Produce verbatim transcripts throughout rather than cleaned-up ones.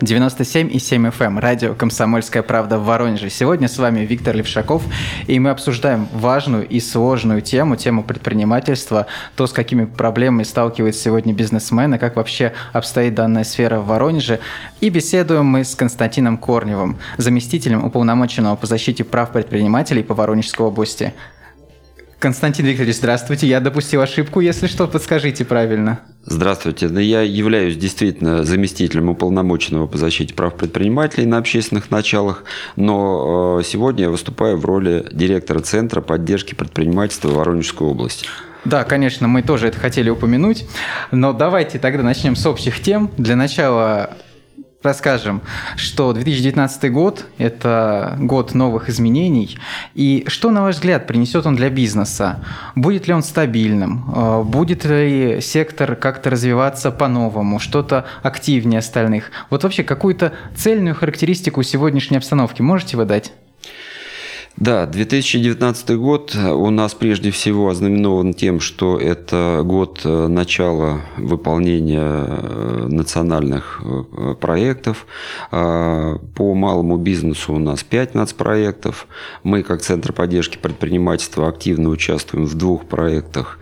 девяносто семь и семь эф эм, радио «Комсомольская правда» в Воронеже. Сегодня с вами Виктор Левшаков, и мы обсуждаем важную и сложную тему, тему предпринимательства, то, с какими проблемами сталкиваются сегодня бизнесмены, как вообще обстоит данная сфера в Воронеже. И беседуем мы с Константином Корневым, заместителем уполномоченного по защите прав предпринимателей по Воронежской области. Константин Викторович, здравствуйте. Я допустил ошибку, если что, подскажите правильно. Здравствуйте. Я являюсь действительно заместителем уполномоченного по защите прав предпринимателей на общественных началах, но сегодня я выступаю в роли директора Центра поддержки предпринимательства Воронежской области. Да, конечно, мы тоже это хотели упомянуть, но давайте тогда начнем с общих тем. Для начала расскажем, что две тысячи девятнадцатый год – это год новых изменений. И что, на ваш взгляд, принесет он для бизнеса? Будет ли он стабильным? Будет ли сектор как-то развиваться по-новому, что-то активнее остальных? Вот вообще какую-то цельную характеристику сегодняшней обстановки можете вы дать? Да, две тысячи девятнадцатый год у нас прежде всего ознаменован тем, что это год начала выполнения национальных проектов. По малому бизнесу у нас пять нацпроектов. Мы, как Центр поддержки предпринимательства, активно участвуем в двух проектах.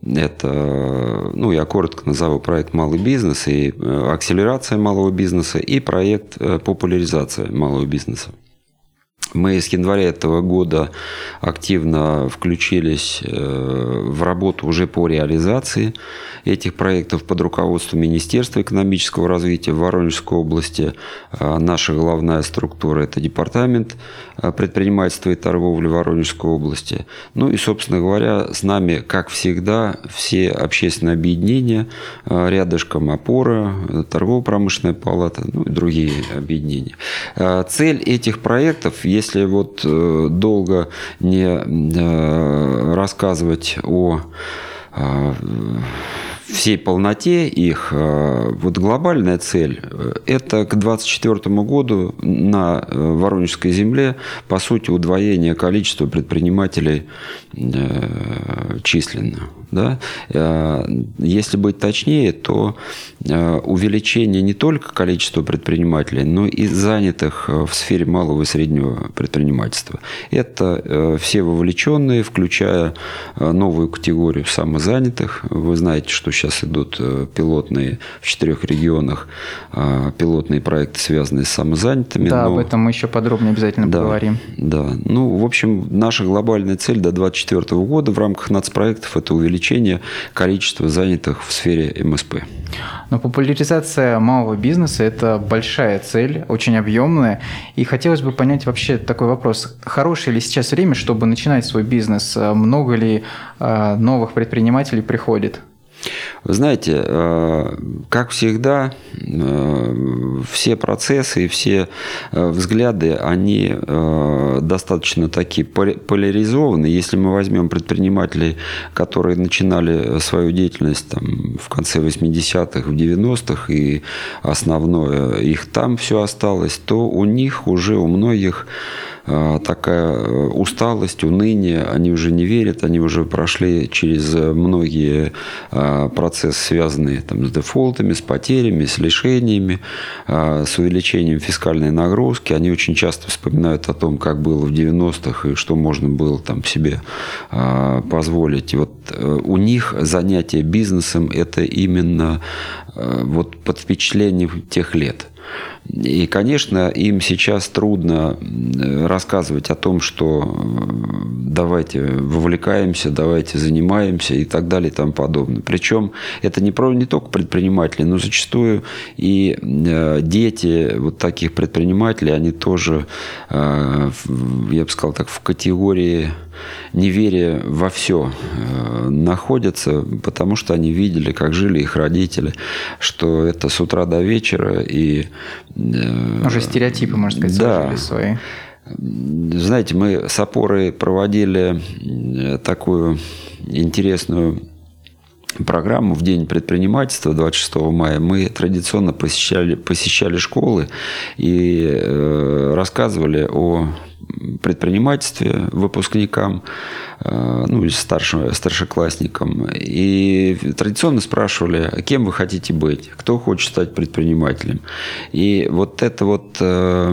Это, ну, я коротко назову проект «Малый бизнес» и акселерация малого бизнеса, и проект популяризация малого бизнеса. Мы с января этого года активно включились в работу уже по реализации этих проектов под руководством Министерства экономического развития в Воронежской области. Наша главная структура – это Департамент предпринимательства и торговли Воронежской области. Ну и, собственно говоря, с нами, как всегда, все общественные объединения, рядышком опора, торгово-промышленная палата, ну и другие объединения. Цель этих проектов, если вот долго не рассказывать о всей полноте их, вот глобальная цель – это к двадцать четвёртому году на Воронежской земле, по сути, удвоение количества предпринимателей численно. Да? Если быть точнее, то увеличение не только количества предпринимателей, но и занятых в сфере малого и среднего предпринимательства. Это все вовлеченные, включая новую категорию самозанятых. Вы знаете, что сейчас идут пилотные в четырех регионах, пилотные проекты, связанные с самозанятыми. Да, но... об этом мы еще подробнее обязательно да, поговорим. Да. Ну, в общем, наша глобальная цель до двадцать четвёртого года в рамках нацпроектов – это увеличение количества занятых в сфере эм эс пэ. Но популяризация малого бизнеса – это большая цель, очень объемная. И хотелось бы понять вообще такой вопрос. Хорошее ли сейчас время, чтобы начинать свой бизнес? Много ли новых предпринимателей приходит? Вы знаете, как всегда, все процессы и все взгляды, они достаточно такие поляризованы. Если мы возьмем предпринимателей, которые начинали свою деятельность там, в конце восьмидесятых, в девяностых, и основное их там все осталось, то у них уже, у многих такая усталость, уныние, они уже не верят, они уже прошли через многие процессы, связанные там, с дефолтами, с потерями, с лишениями, с увеличением фискальной нагрузки. Они очень часто вспоминают о том, как было в девяностых и что можно было там себе позволить. И вот у них занятие бизнесом – это именно вот под впечатлением тех лет. И, конечно, им сейчас трудно рассказывать о том, что давайте вовлекаемся, давайте занимаемся и так далее и тому подобное. Причем это не, про, не только предприниматели, но зачастую и дети вот таких предпринимателей, они тоже, я бы сказал так, в категории неверия во все находятся, потому что они видели, как жили их родители, что это с утра до вечера. И, уже стереотипы, можно сказать, да, сложили свои. Знаете, мы с опорой проводили такую интересную программу в День предпринимательства двадцать шестого мая мы традиционно посещали, посещали школы и э, рассказывали о предпринимательстве выпускникам, э, ну или старшим, старшеклассникам. И традиционно спрашивали, кем вы хотите быть, кто хочет стать предпринимателем. И вот это вот... Э,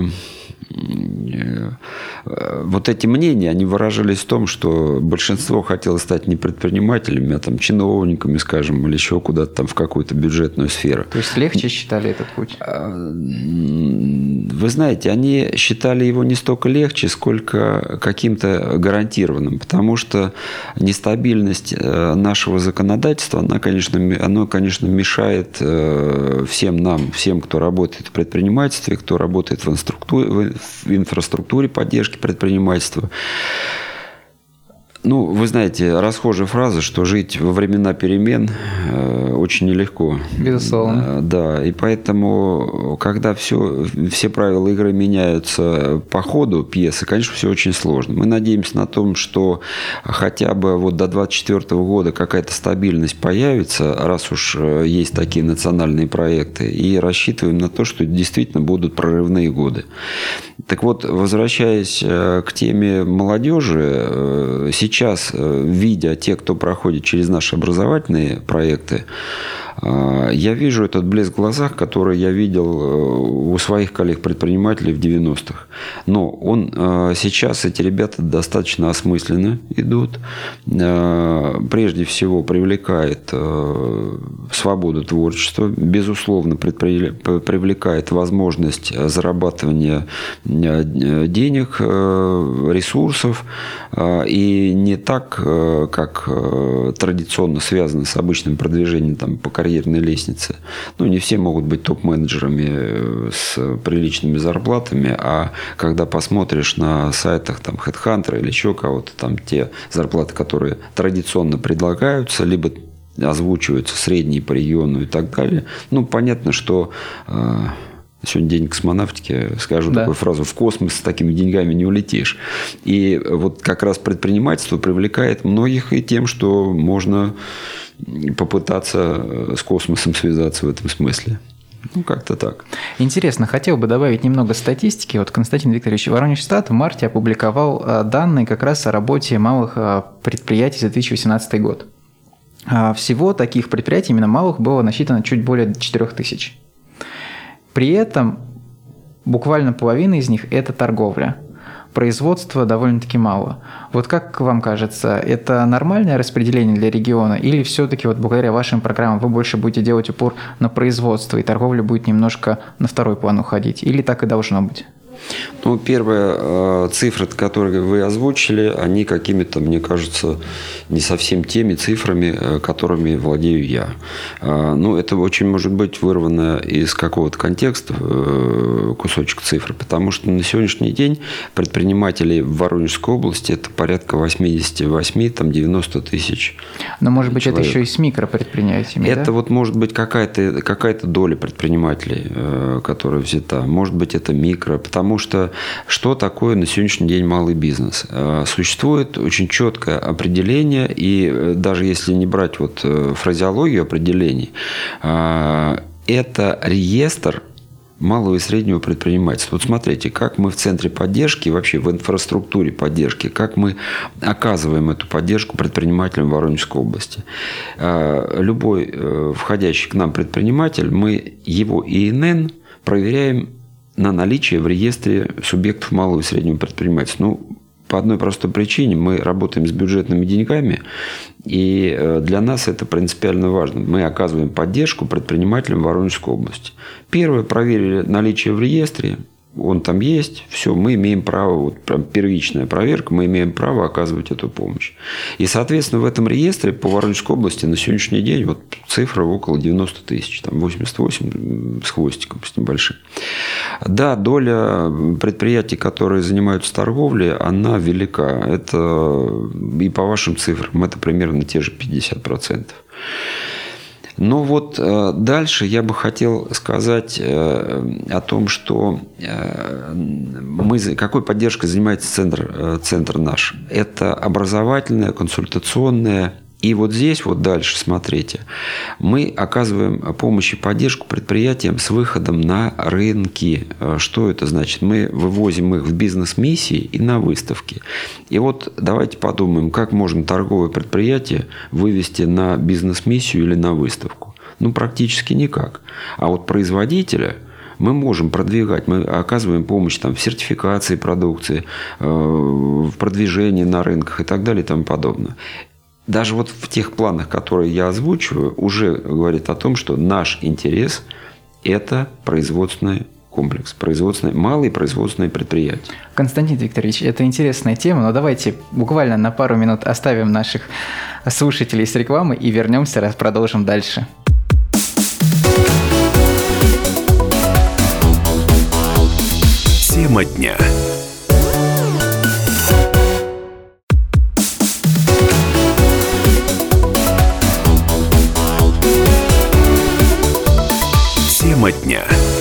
Вот эти мнения, они выражались в том, что большинство хотело стать не предпринимателями, а там чиновниками, скажем, или еще куда-то там в какую-то бюджетную сферу. То есть легче считали этот путь? Вы знаете, они считали его не столько легче, сколько каким-то гарантированным, потому что нестабильность нашего законодательства, она, конечно, оно, конечно, мешает всем нам, всем, кто работает в предпринимательстве, кто работает в инструктуре, в инфраструктуре поддержки предпринимательства. Ну, вы знаете, расхожая фраза, что жить во времена перемен э, очень нелегко. Безусловно. Э, да, и поэтому, когда все, все правила игры меняются по ходу пьесы, конечно, все очень сложно. Мы надеемся на том, что хотя бы вот до двадцать четвёртого года какая-то стабильность появится, раз уж есть такие национальные проекты, и рассчитываем на то, что действительно будут прорывные годы. Так вот, возвращаясь к теме молодежи, сейчас Сейчас, видя тех, кто проходит через наши образовательные проекты, я вижу этот блеск в глазах, который я видел у своих коллег-предпринимателей в девяностых. Но он сейчас, эти ребята достаточно осмысленно идут. Прежде всего привлекает свободу творчества, безусловно, привлекает возможность зарабатывания денег, ресурсов. И не так, как традиционно связано с обычным продвижением там, по карьерной лестнице. Ну, не все могут быть топ-менеджерами с приличными зарплатами, а когда посмотришь на сайтах там, HeadHunter или еще кого-то, там те зарплаты, которые традиционно предлагаются, либо озвучиваются средние по региону и так далее, ну, понятно, что... Сегодня день космонавтики, скажу да. такую фразу, в космос с такими деньгами не улетишь. И вот как раз предпринимательство привлекает многих и тем, что можно попытаться с космосом связаться в этом смысле. Ну, как-то так. Интересно, хотел бы добавить немного статистики. Вот Константин Викторович, Воронежстат в марте опубликовал данные как раз о работе малых предприятий за две тысячи восемнадцатый год. Всего таких предприятий, именно малых, было насчитано чуть более четырех тысяч. При этом буквально половина из них – это торговля. Производства довольно-таки мало. Вот как вам кажется, это нормальное распределение для региона? Или все-таки вот благодаря вашим программам вы больше будете делать упор на производство, и торговля будет немножко на второй план уходить? Или так и должно быть? Ну, первые цифры, которые вы озвучили, они какими-то, мне кажется, не совсем теми цифрами, которыми владею я. Ну, это очень может быть вырвано из какого-то контекста кусочек цифр, потому что на сегодняшний день предпринимателей в Воронежской области это порядка восемьдесят восемь - девяносто тысяч. Но, может быть, человек. Это еще и с микропредприятиями, Это да? вот может быть какая-то, какая-то доля предпринимателей, которая взята. Может быть, это микро, потому что что такое на сегодняшний день малый бизнес? Существует очень четкое определение, и даже если не брать вот фразеологию определений, это реестр малого и среднего предпринимательства. Вот смотрите, как мы в центре поддержки, вообще в инфраструктуре поддержки, как мы оказываем эту поддержку предпринимателям в Воронежской области. Любой входящий к нам предприниматель, мы его И Эн Эн проверяем на наличие в реестре субъектов малого и среднего предпринимательства. Ну, по одной простой причине. Мы работаем с бюджетными деньгами, и для нас это принципиально важно. Мы оказываем поддержку предпринимателям Воронежской области. Первое, проверили наличие в реестре. Он там есть, все, мы имеем право, вот прям первичная проверка, мы имеем право оказывать эту помощь. И, соответственно, в этом реестре по Воронежской области на сегодняшний день вот цифра около девяносто тысяч, там восемьдесят восемь с хвостиком, с небольшим. Да, доля предприятий, которые занимаются торговлей, она велика. Это и по вашим цифрам, это примерно те же пятьдесят процентов. Но вот дальше я бы хотел сказать о том, что мы, какой поддержкой занимается центр, центр наш. Это образовательная, консультационная И вот здесь вот дальше, смотрите, мы оказываем помощь и поддержку предприятиям с выходом на рынки. Что это значит? Мы вывозим их в бизнес-миссии и на выставки. И вот давайте подумаем, как можно торговое предприятие вывести на бизнес-миссию или на выставку. Ну, практически никак. А вот производителя мы можем продвигать, мы оказываем помощь там, в сертификации продукции, в продвижении на рынках и так далее и тому подобное. Даже вот в тех планах, которые я озвучиваю, уже говорит о том, что наш интерес – это производственный комплекс, производственное, малые производственные предприятия. Константин Викторович, это интересная тема, но давайте буквально на пару минут оставим наших слушателей с рекламы и вернемся, раз продолжим дальше. Тема дня. Тема дня.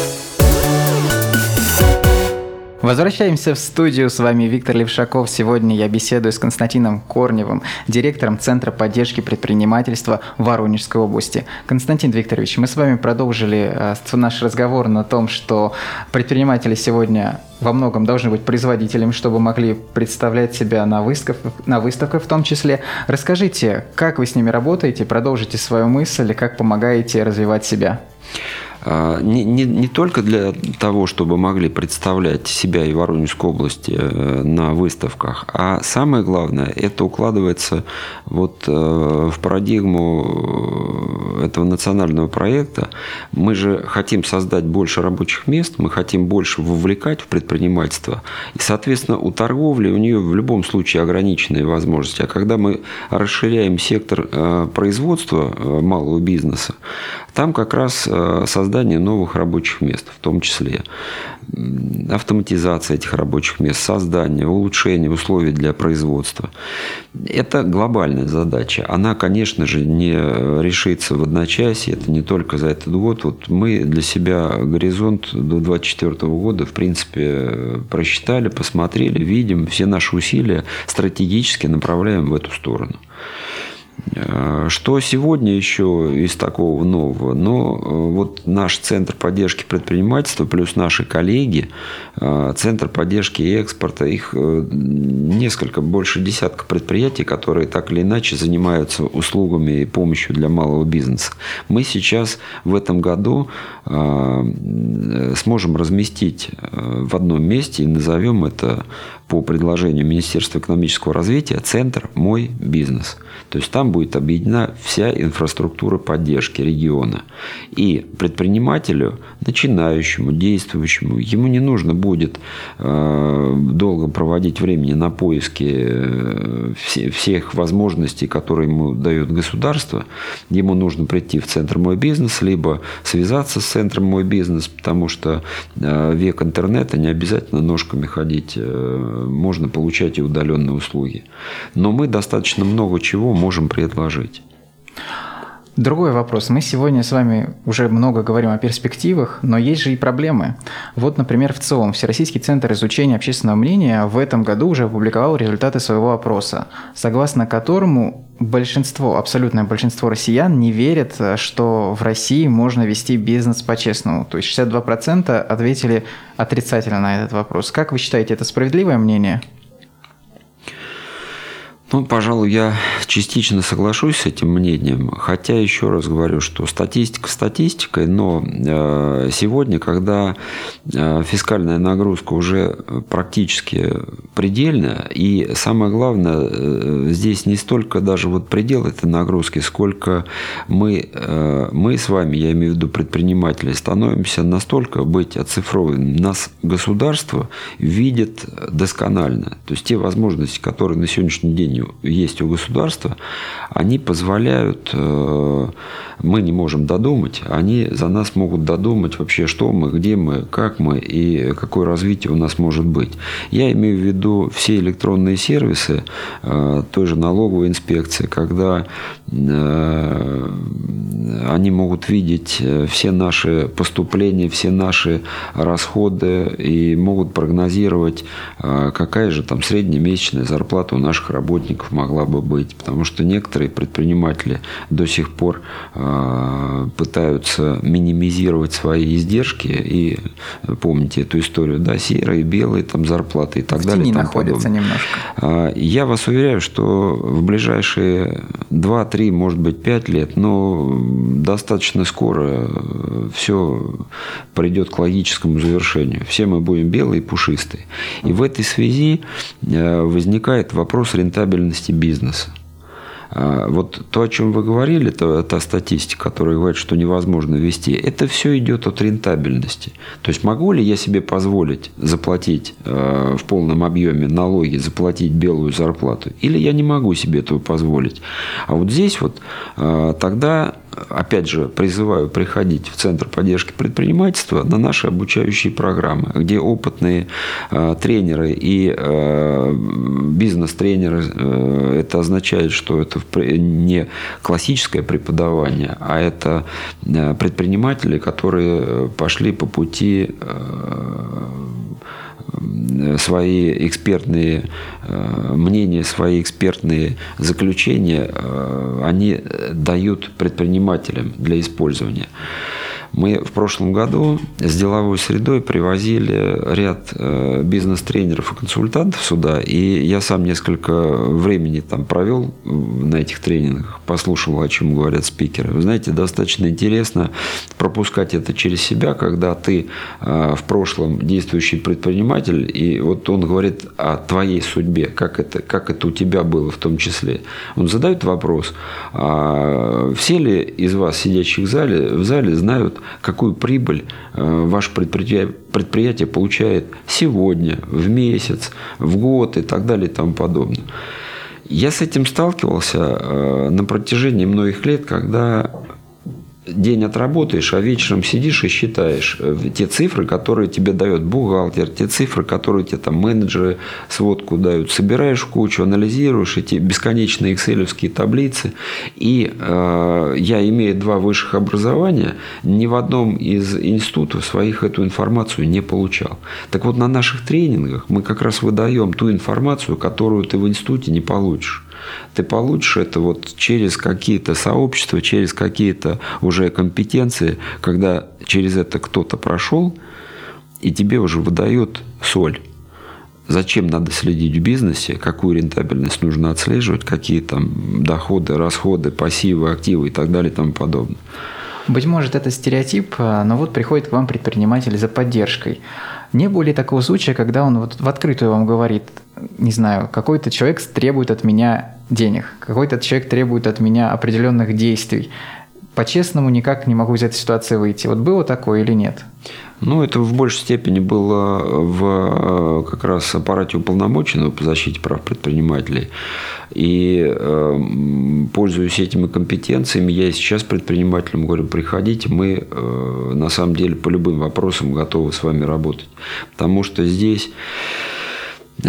Возвращаемся в студию. С вами Виктор Левшаков. Сегодня я беседую с Константином Корневым, директором Центра поддержки предпринимательства Воронежской области. Константин Викторович, мы с вами продолжили наш разговор на том, что предприниматели сегодня во многом должны быть производителями, чтобы могли представлять себя на выставках, на выставках в том числе. Расскажите, как вы с ними работаете, продолжите свою мысль, как помогаете развивать себя? Не, не, не только для того, чтобы могли представлять себя и Воронежской области на выставках, а самое главное, это укладывается вот в парадигму этого национального проекта. Мы же хотим создать больше рабочих мест, мы хотим больше вовлекать в предпринимательство. И, соответственно, у торговли у нее в любом случае ограниченные возможности. А когда мы расширяем сектор производства малого бизнеса, там как раз создание новых рабочих мест, в том числе автоматизация этих рабочих мест, создание, улучшение условий для производства. Это глобальная задача. Она, конечно же, не решится в одночасье, это не только за этот год. Вот мы для себя горизонт до две тысячи двадцать четвёртого года, в принципе, просчитали, посмотрели, видим, все наши усилия стратегически направляем в эту сторону. Что сегодня еще из такого нового? Но вот наш Центр поддержки предпринимательства плюс наши коллеги, Центр поддержки экспорта, их несколько, больше десятка предприятий, которые так или иначе занимаются услугами и помощью для малого бизнеса. Мы сейчас в этом году сможем разместить в одном месте и назовем это по предложению Министерства экономического развития Центр «Мой бизнес». То есть там будет объединена вся инфраструктура поддержки региона. И предпринимателю, начинающему, действующему, ему не нужно будет э, долго проводить времени на поиски э, все, всех возможностей, которые ему дает государство. Ему нужно прийти в Центр «Мой бизнес», либо связаться с Центром «Мой бизнес», потому что э, век интернета, не обязательно ножками ходить, э, можно получать и удаленные услуги. Но мы достаточно много чего можем предложить. Другой вопрос. Мы сегодня с вами уже много говорим о перспективах, но есть же и проблемы. Вот, например, в ЦИОМ, Всероссийский центр изучения общественного мнения, в этом году уже опубликовал результаты своего опроса, согласно которому большинство, абсолютное большинство россиян не верят, что в России можно вести бизнес по-честному. То есть шестьдесят два процента ответили отрицательно на этот вопрос. Как вы считаете, это справедливое мнение? Ну, пожалуй, я частично соглашусь с этим мнением, хотя еще раз говорю, что статистика статистикой, но сегодня, когда фискальная нагрузка уже практически предельная, и самое главное, здесь не столько даже вот предел этой нагрузки, сколько мы, мы с вами, я имею в виду предприниматели, становимся настолько быть оцифрованными. Нас государство видит досконально. То есть те возможности, которые на сегодняшний день есть у государства, они позволяют, мы не можем додумать, они за нас могут додумать вообще, что мы, где мы, как мы и какое развитие у нас может быть. Я имею в виду все электронные сервисы той же налоговой инспекции, когда они могут видеть все наши поступления, все наши расходы и могут прогнозировать, какая же там средняя месячная зарплата у наших работников, работников могла бы быть, потому что некоторые предприниматели до сих пор э, пытаются минимизировать свои издержки, и помните эту историю, да, серые, белые, там, зарплаты и так в далее. В тени там находятся подобное. немножко. Я вас уверяю, что в ближайшие два-три, может быть, пять лет, но достаточно скоро все придет к логическому завершению. Все мы будем белые и пушистые. И в этой связи возникает вопрос рентабельности бизнеса. Вот то, о чем вы говорили, то, та статистика, которая говорит, что невозможно вести, это все идет от рентабельности. То есть могу ли я себе позволить заплатить в полном объеме налоги, заплатить белую зарплату, или я не могу себе этого позволить. А вот здесь вот тогда, опять же, призываю приходить в Центр поддержки предпринимательства на наши обучающие программы, где опытные тренеры и бизнес-тренеры, это означает, что это не классическое преподавание, а это предприниматели, которые пошли по пути свои экспертные мнения, свои экспертные заключения, они дают предпринимателям для использования. Мы в прошлом году с деловой средой привозили ряд бизнес-тренеров и консультантов сюда, и я сам несколько времени там провел на этих тренингах, послушал, о чем говорят спикеры. Вы знаете, достаточно интересно пропускать это через себя, когда ты в прошлом действующий предприниматель, и вот он говорит о твоей судьбе, как это, как это у тебя было в том числе. Он задает вопрос, а все ли из вас, сидящих в зале, в зале знают, какую прибыль ваше предприятие, предприятие получает сегодня, в месяц, в год и так далее и тому подобное. Я с этим сталкивался на протяжении многих лет, когда день отработаешь, а вечером сидишь и считаешь те цифры, которые тебе дает бухгалтер, те цифры, которые тебе там менеджеры сводку дают. Собираешь в кучу, анализируешь эти бесконечные экселевские таблицы. И э, я, имея два высших образования, ни в одном из институтов своих эту информацию не получал. Так вот, на наших тренингах мы как раз выдаем ту информацию, которую ты в институте не получишь. Ты получишь это вот через какие-то сообщества, через какие-то уже компетенции, когда через это кто-то прошел, и тебе уже выдает соль. Зачем надо следить в бизнесе, какую рентабельность нужно отслеживать, какие там доходы, расходы, пассивы, активы и так далее и тому подобное. Быть может, это стереотип, но вот приходит к вам предприниматель за поддержкой. Не было ли такого случая, когда он вот в открытую вам говорит, не знаю, какой-то человек требует от меня денег, какой-то человек требует от меня определенных действий. По-честному никак не могу из этой ситуации выйти. Вот было такое или нет? Ну, это в большей степени было в как раз аппарате уполномоченного по защите прав предпринимателей. И э, пользуясь этими компетенциями, я и сейчас предпринимателям говорю, приходите, мы э, на самом деле по любым вопросам готовы с вами работать. Потому что здесь э,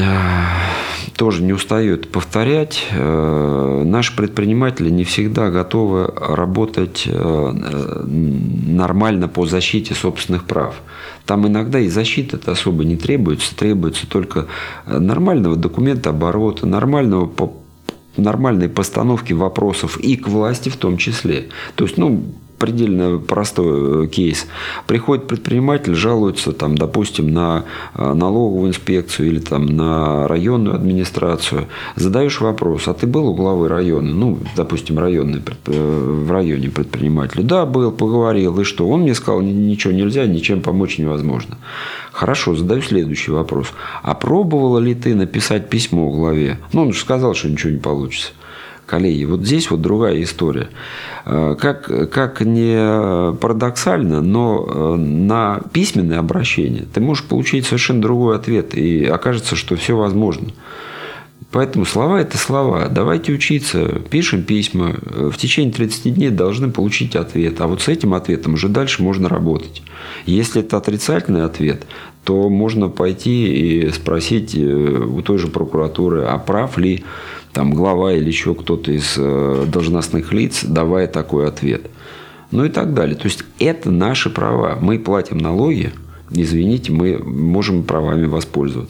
тоже не устаю это повторять, э, наши предприниматели не всегда готовы работать э, нормально по защите собственных прав. Там иногда и защита-то особо не требуется, требуется только нормального документа оборота, нормального, нормальной постановки вопросов и к власти в том числе. То есть, ну, предельно простой кейс. Приходит предприниматель, жалуется, там, допустим, на налоговую инспекцию или там, на районную администрацию. Задаешь вопрос, а ты был у главы района? Ну, допустим, районный, в районе предпринимателя. Да, был, поговорил. И что? Он мне сказал, ничего нельзя, ничем помочь невозможно. Хорошо, задаю следующий вопрос. А пробовала ли ты написать письмо главе? Ну, он же сказал, что ничего не получится. Коллеги, вот здесь вот другая история. Как, как не парадоксально, но на письменное обращение ты можешь получить совершенно другой ответ, и окажется, что все возможно. Поэтому слова – это слова. Давайте учиться, пишем письма, в течение тридцати дней должны получить ответ. А вот с этим ответом уже дальше можно работать. Если это отрицательный ответ, то можно пойти и спросить у той же прокуратуры, а прав ли там глава или еще кто-то из должностных лиц, давая такой ответ. Ну и так далее. То есть это наши права. Мы платим налоги, извините, мы можем правами воспользоваться.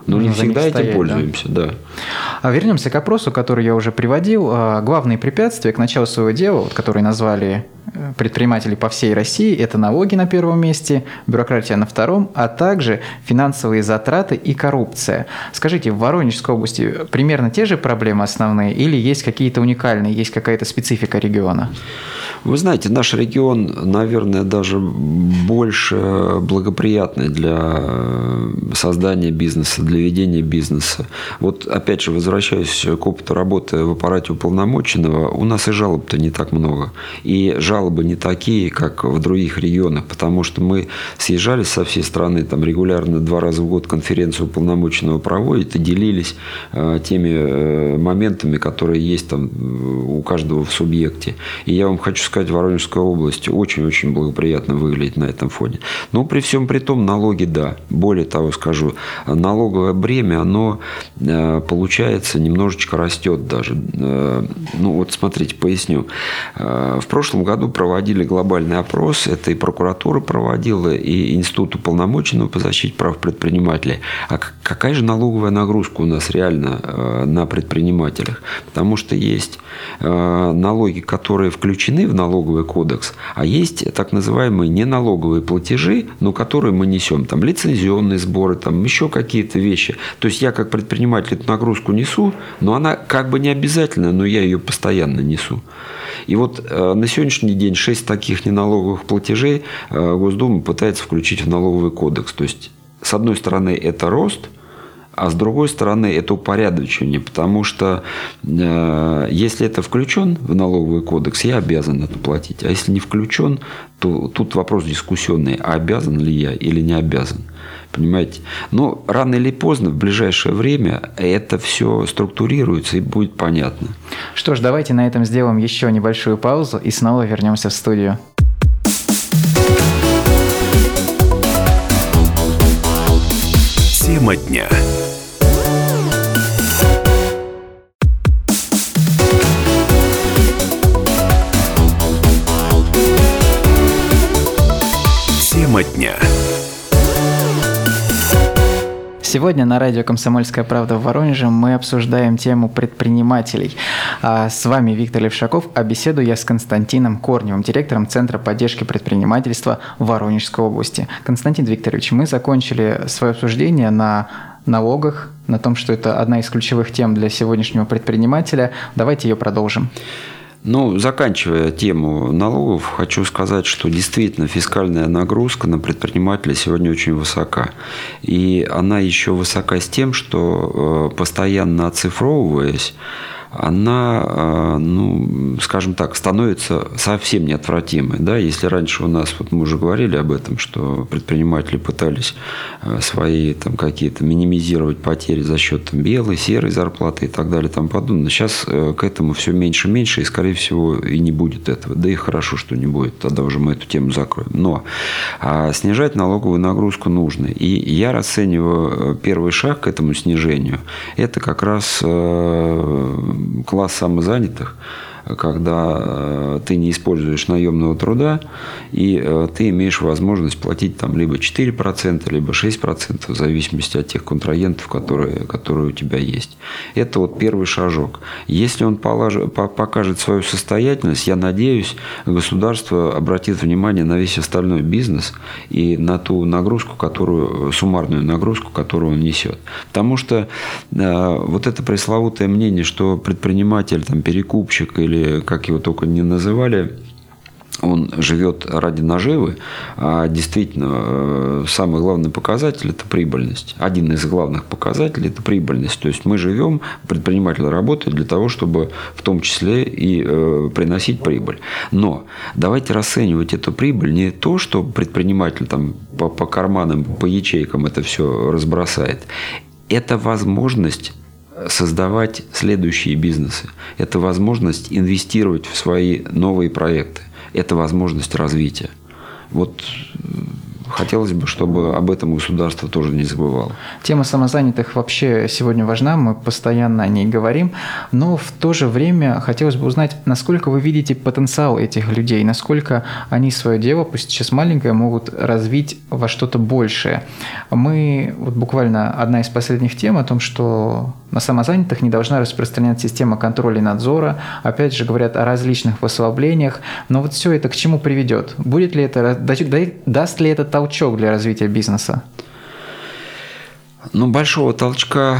Но Нужно не всегда этим стоять, пользуемся, да. да. А вернемся к опросу, который я уже приводил. Главные препятствия к началу своего дела, вот, которые назвали предприниматели по всей России, это налоги на первом месте, бюрократия на втором, а также финансовые затраты и коррупция. Скажите, в Воронежской области примерно те же проблемы основные или есть какие-то уникальные, есть какая-то специфика региона? Вы знаете, наш регион, наверное, даже больше благоприятный для создания бизнеса, для ведения бизнеса. Вот опять же, возвращаясь к опыту работы в аппарате уполномоченного, у нас и жалоб-то не так много. И жалобы не такие, как в других регионах, потому что мы съезжались со всей страны, там регулярно два раза в год конференцию уполномоченного проводят и делились теми моментами, которые есть там у каждого в субъекте. И я вам хочу сказать, Воронежская область очень-очень благоприятно выглядит на этом фоне. Но при всем при том, налоги, да. Более того скажу, налоговое бремя, оно получается немножечко растет даже. Ну вот смотрите, поясню. В прошлом году проводили глобальный опрос, это и прокуратура проводила, и Институт уполномоченного по защите прав предпринимателей. А какая же налоговая нагрузка у нас реально на предпринимателях? Потому что есть налоги, которые включены в налоговый кодекс, а есть так называемые неналоговые платежи, но которые мы несем, там лицензионные сборы, там еще какие-то вещи. То есть я как предприниматель эту нагрузку несу, но она как бы не обязательна, но я ее постоянно несу. И вот на сегодняшний день шесть таких неналоговых платежей Госдума пытается включить в налоговый кодекс. То есть, с одной стороны, это рост, а с другой стороны, это упорядочение, потому что э, если это включен в налоговый кодекс, я обязан это платить. А если не включен, то тут вопрос дискуссионный, а обязан ли я или не обязан. Понимаете? Но рано или поздно, в ближайшее время, это все структурируется и будет понятно. Что ж, давайте на этом сделаем еще небольшую паузу и снова вернемся в студию. Тема дня. Тема дня. Сегодня на радио «Комсомольская правда» в Воронеже мы обсуждаем тему предпринимателей. А с вами Виктор Левшаков, а беседую я с Константином Корневым, директором Центра поддержки предпринимательства в Воронежской области. Константин Викторович, мы закончили свое обсуждение на налогах, на том, что это одна из ключевых тем для сегодняшнего предпринимателя. Давайте ее продолжим. Ну, заканчивая тему налогов, хочу сказать, что действительно фискальная нагрузка на предпринимателя сегодня очень высока. И она еще высока с тем, что постоянно оцифровываясь, она, ну, скажем так, становится совсем неотвратимой. Да? Если раньше у нас, вот мы уже говорили об этом, что предприниматели пытались свои там, какие-то минимизировать потери за счет там, белой, серой зарплаты и так далее, там подобное. Сейчас к этому все меньше и меньше, и, скорее всего, и не будет этого. Да и хорошо, что не будет, тогда уже мы эту тему закроем. Но а снижать налоговую нагрузку нужно. И я расцениваю первый шаг к этому снижению. Это как раз класс самозанятых, когда ты не используешь наемного труда, и ты имеешь возможность платить там либо четыре процента, либо шесть процентов, в зависимости от тех контрагентов, которые, которые у тебя есть. Это вот первый шажок. Если он положит, покажет свою состоятельность, я надеюсь, государство обратит внимание на весь остальной бизнес и на ту нагрузку, которую, суммарную нагрузку, которую он несет. Потому что э, вот это пресловутое мнение, что предприниматель, там, перекупщик или как его только не называли, он живет ради наживы, а действительно самый главный показатель – это прибыльность. Один из главных показателей – это прибыльность. То есть мы живем, предприниматель работает для того, чтобы в том числе и э, приносить прибыль. Но давайте расценивать эту прибыль не то, что предприниматель там, по, по карманам, по ячейкам это все разбросает. Это возможность создавать следующие бизнесы. Это возможность инвестировать в свои новые проекты. Это возможность развития. Вот хотелось бы, чтобы об этом государство тоже не забывало. Тема самозанятых вообще сегодня важна, мы постоянно о ней говорим, но в то же время хотелось бы узнать, насколько вы видите потенциал этих людей, насколько они свое дело, пусть сейчас маленькое, могут развить во что-то большее. Мы, вот буквально одна из последних тем о том, что на самозанятых не должна распространяться система контроля и надзора, опять же говорят о различных послаблениях, но вот все это к чему приведет? Будет ли это, даст ли это толчок для развития бизнеса? Ну, большого толчка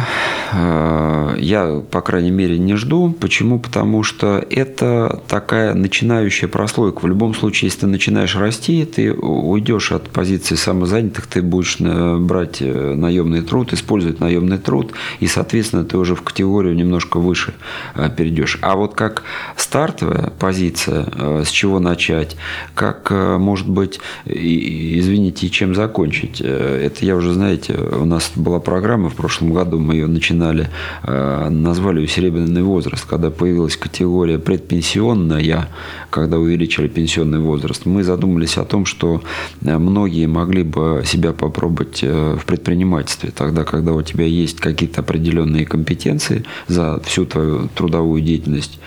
э, я, по крайней мере, не жду. Почему? Потому что это такая начинающая прослойка. В любом случае, если ты начинаешь расти, ты уйдешь от позиции самозанятых, ты будешь брать наемный труд, использовать наемный труд, и, соответственно, ты уже в категорию немножко выше перейдешь. А вот как стартовая позиция, с чего начать, как, может быть, извините, чем закончить, это я уже, знаете, у нас была программа в прошлом году, мы ее начинали, назвали ее «Серебряный возраст», когда появилась категория предпенсионная, когда увеличили пенсионный возраст, мы задумались о том, что многие могли бы себя попробовать в предпринимательстве, тогда, когда у тебя есть какие-то определенные компетенции за всю твою трудовую деятельность,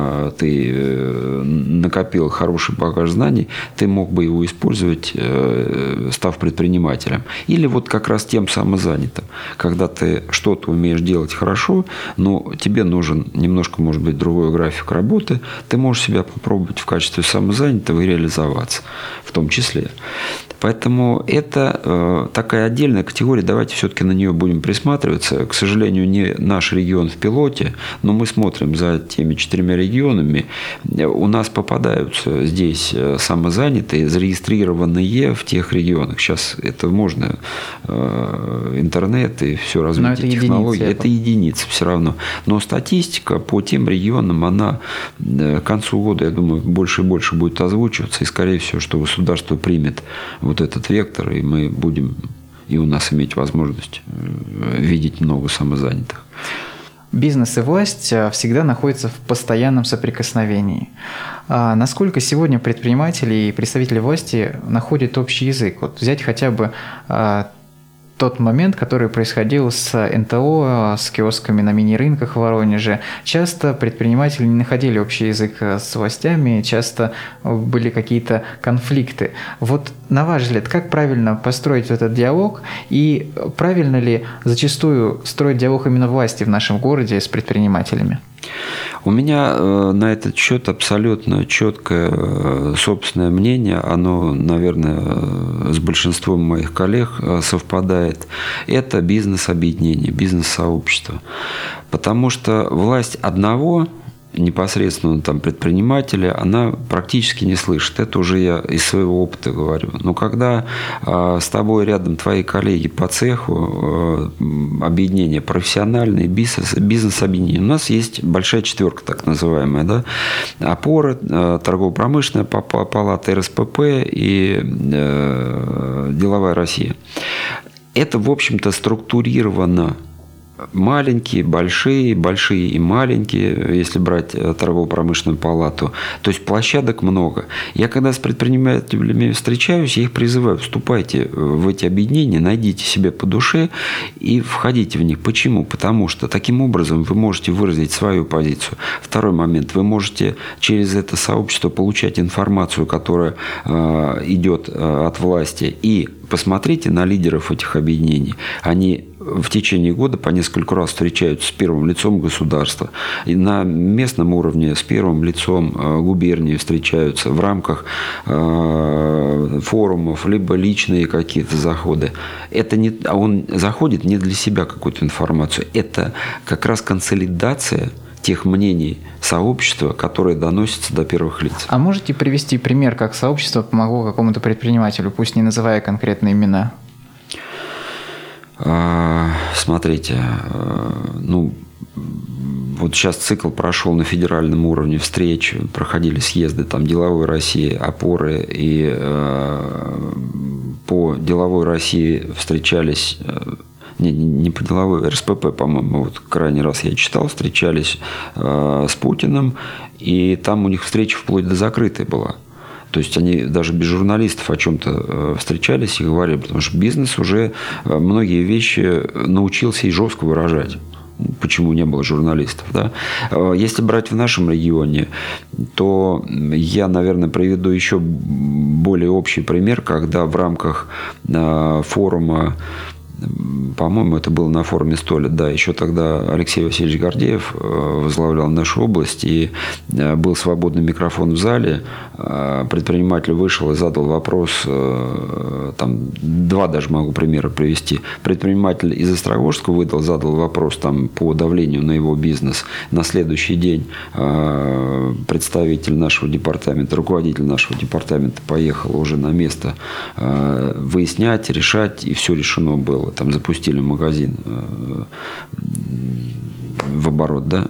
ты накопил хороший багаж знаний, ты мог бы его использовать, став предпринимателем. Или вот как раз тем самозанятым, когда ты что-то умеешь делать хорошо, но тебе нужен немножко, может быть, другой график работы, ты можешь себя попробовать в качестве самозанятого и реализоваться в том числе. Поэтому это э, такая отдельная категория, давайте все-таки на нее будем присматриваться. К сожалению, не наш регион в пилоте, но мы смотрим за теми четырьмя регионами. У нас попадаются здесь самозанятые, зарегистрированные в тех регионах. Сейчас это можно, э, интернет и все развитие технологий. Это единицы все равно. Но статистика по тем регионам, она к концу года, я думаю, больше и больше будет озвучиваться. И, скорее всего, что государство примет вот этот вектор, и мы будем и у нас иметь возможность видеть много самозанятых. Бизнес и власть всегда находятся в постоянном соприкосновении. А насколько сегодня предприниматели и представители власти находят общий язык? Вот взять хотя бы а, тот момент, который происходил с эн тэ о, с киосками на мини-рынках в Воронеже. Часто предприниматели не находили общий язык с властями, часто были какие-то конфликты. Вот на ваш взгляд, как правильно построить этот диалог и правильно ли зачастую строить диалог именно власти в нашем городе с предпринимателями? У меня на этот счет абсолютно четкое собственное мнение. Оно, наверное, с большинством моих коллег совпадает. Это бизнес-объединение, бизнес-сообщество. Потому что власть одного непосредственно там предпринимателя, она практически не слышит. Это уже я из своего опыта говорю. Но когда э, с тобой рядом твои коллеги по цеху, э, объединения профессиональные, бизнес, бизнес-объединения, у нас есть большая четверка, так называемая, да? Опора, э, торгово-промышленная палата, эр эс пэ пэ и э, деловая Россия. Это, в общем-то, структурировано. Маленькие, большие, большие и маленькие, если брать торгово-промышленную палату. То есть площадок много. Я когда с предпринимателями встречаюсь, я их призываю: вступайте в эти объединения, найдите себе по душе и входите в них. Почему? Потому что таким образом вы можете выразить свою позицию. Второй момент. Вы можете через это сообщество получать информацию, которая э, идет э, от власти. И посмотрите на лидеров этих объединений. Они в течение года по несколько раз встречаются с первым лицом государства. И на местном уровне с первым лицом губернии встречаются в рамках форумов, либо личные какие-то заходы. Это не, а он заходит не для себя какую-то информацию. Это как раз консолидация тех мнений сообщества, которые доносятся до первых лиц. А можете привести пример, как сообщество помогло какому-то предпринимателю, пусть не называя конкретные имена? Смотрите, ну, вот сейчас цикл прошел на федеральном уровне встреч, проходили съезды, там деловой России, опоры, и э, по деловой России встречались, не, не по деловой, эр эс пэ пэ, по-моему, вот крайний раз я читал, встречались э, с Путиным, и там у них встреча вплоть до закрытой была. То есть они даже без журналистов о чем-то встречались и говорили, потому что бизнес уже многие вещи научился и жестко выражать. Почему не было журналистов. Да? Если брать в нашем регионе, то я, наверное, приведу еще более общий пример, когда в рамках форума, по-моему, это было на форуме «Столя», да, еще тогда Алексей Васильевич Гордеев возглавлял нашу область, и был свободный микрофон в зале, предприниматель вышел и задал вопрос, там, два даже могу примера привести. Предприниматель из Острогожска выдал, задал вопрос там, по давлению на его бизнес. На следующий день представитель нашего департамента, руководитель нашего департамента поехал уже на место выяснять, решать, и все решено было. Там запустили магазин в оборот, да.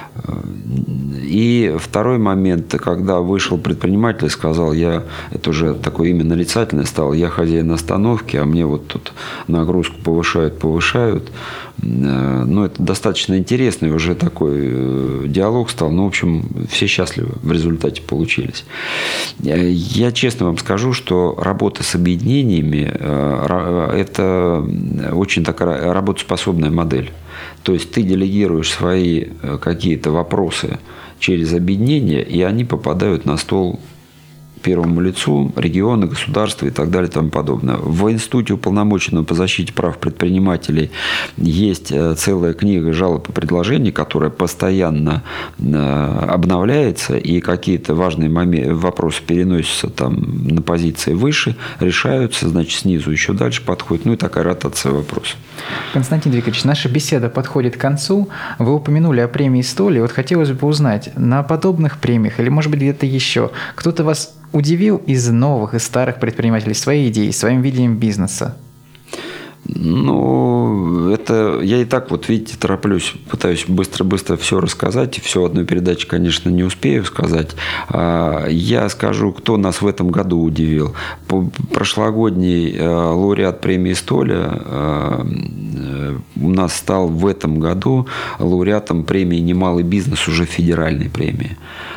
И второй момент, когда вышел предприниматель и сказал, я, это уже такое имя нарицательное стало, я хозяин остановки, а мне вот тут нагрузку повышают, повышают. Ну, это достаточно интересный уже такой диалог стал. Ну, в общем, все счастливы в результате получились. Я честно вам скажу, что работа с объединениями – это очень такая работоспособная модель. То есть ты делегируешь свои какие-то вопросы через объединение, и они попадают на стол первому лицу, регионы, государства и так далее и тому подобное. В Институте уполномоченного по защите прав предпринимателей есть целая книга жалоб и предложений, которая постоянно обновляется, и какие-то важные моменты, вопросы переносятся там на позиции выше, решаются, значит, снизу еще дальше подходит, ну и такая ротация вопросов. Константин Викторович, наша беседа подходит к концу. Вы упомянули о премии «Столя». Вот хотелось бы узнать, на подобных премиях или, может быть, где-то еще, кто-то вас удивил из новых и старых предпринимателей своей идеей, своим видением бизнеса? Ну, это я и так, вот видите, тороплюсь, пытаюсь быстро-быстро все рассказать. Все в одной передаче, конечно, не успею сказать. Я скажу, кто нас в этом году удивил. Прошлогодний лауреат премии «Столя» у нас стал в этом году лауреатом премии «Немалый бизнес», уже федеральной премии.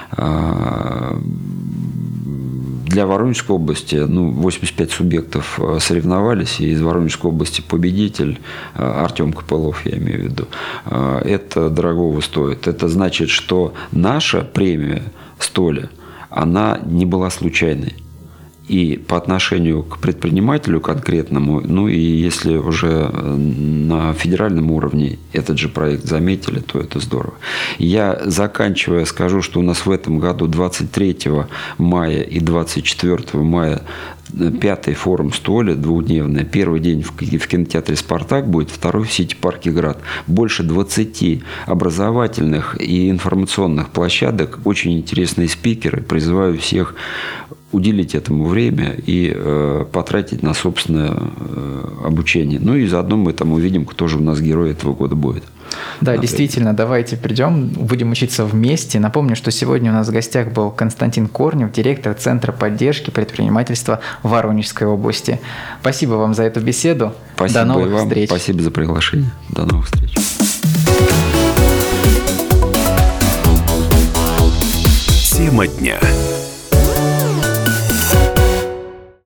Для Воронежской области, ну, восемьдесят пять субъектов соревновались, и из Воронежской области победитель Артем Копылов, я имею в виду. Это дорогого стоит. Это значит, что наша премия «Столя», она не была случайной. И по отношению к предпринимателю конкретному, ну и если уже на федеральном уровне этот же проект заметили, то это здорово. Я, заканчивая, скажу, что у нас в этом году двадцать третьего мая и двадцать четвёртого мая пятый форум «Столя» двухдневный. Первый день в кинотеатре «Спартак» будет, второй в Сити-парке «Град». Больше двадцати образовательных и информационных площадок, очень интересные спикеры. Призываю всех уделить этому время и э, потратить на собственное э, обучение. Ну и заодно мы там увидим, кто же у нас герой этого года будет. Да, Например. Действительно, давайте придем, будем учиться вместе. Напомню, что сегодня у нас в гостях был Константин Корнев, директор Центра поддержки предпринимательства Воронежской области. Спасибо вам за эту беседу. Спасибо. До новых вам. Встреч. Спасибо за приглашение. До новых встреч. Тема дня.